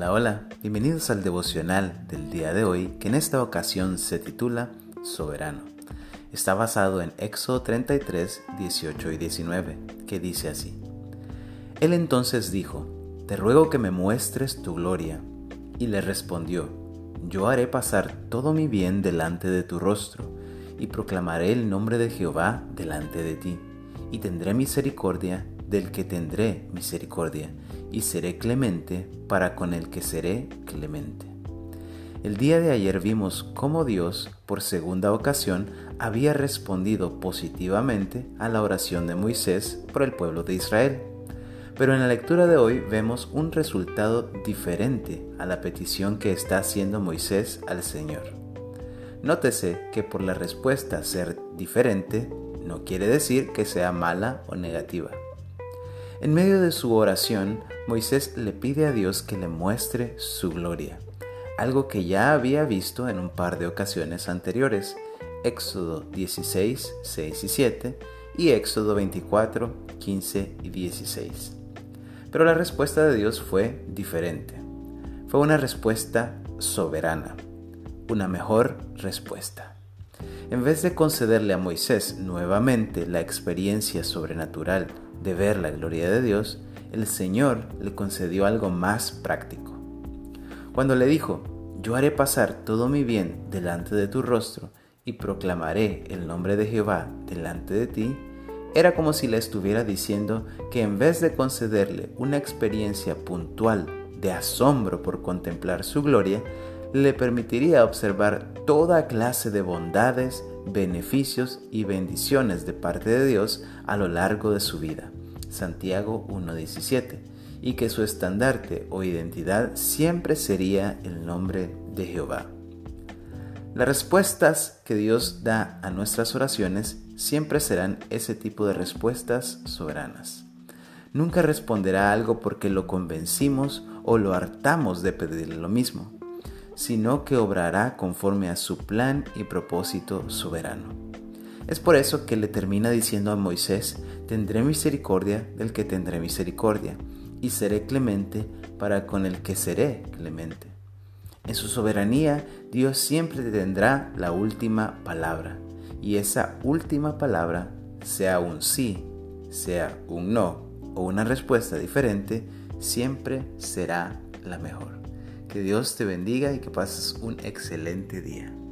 Hola, hola, bienvenidos al devocional del día de hoy, que en esta ocasión se titula Soberano. Está basado en Éxodo 33, 18 y 19, que dice así: Él entonces dijo: Te ruego que me muestres tu gloria. Y le respondió: Yo haré pasar todo mi bien delante de tu rostro, y proclamaré el nombre de Jehová delante de ti, y tendré misericordia del que tendré misericordia, y seré clemente para con el que seré clemente. El día de ayer vimos cómo Dios, por segunda ocasión, había respondido positivamente a la oración de Moisés por el pueblo de Israel. Pero en la lectura de hoy vemos un resultado diferente a la petición que está haciendo Moisés al Señor. Nótese que por la respuesta ser diferente no quiere decir que sea mala o negativa. En medio de su oración, Moisés le pide a Dios que le muestre su gloria, algo que ya había visto en un par de ocasiones anteriores, Éxodo 16, 6 y 7 y Éxodo 24, 15 y 16. Pero la respuesta de Dios fue diferente. Fue una respuesta soberana, una mejor respuesta. En vez de concederle a Moisés nuevamente la experiencia sobrenatural de ver la gloria de Dios, el Señor le concedió algo más práctico. Cuando le dijo: Yo haré pasar todo mi bien delante de tu rostro y proclamaré el nombre de Jehová delante de ti, era como si le estuviera diciendo que en vez de concederle una experiencia puntual de asombro por contemplar su gloria, le permitiría observar toda clase de bondades, beneficios y bendiciones de parte de Dios a lo largo de su vida. Santiago 1:17, y que su estandarte o identidad siempre sería el nombre de Jehová. Las respuestas que Dios da a nuestras oraciones siempre serán ese tipo de respuestas soberanas. Nunca responderá algo porque lo convencimos o lo hartamos de pedirle lo mismo, sino que obrará conforme a su plan y propósito soberano. Es por eso que le termina diciendo a Moisés: Tendré misericordia del que tendré misericordia, y seré clemente para con el que seré clemente. En su soberanía, Dios siempre tendrá la última palabra, y esa última palabra, sea un sí, sea un no o una respuesta diferente, siempre será la mejor. Que Dios te bendiga y que pases un excelente día.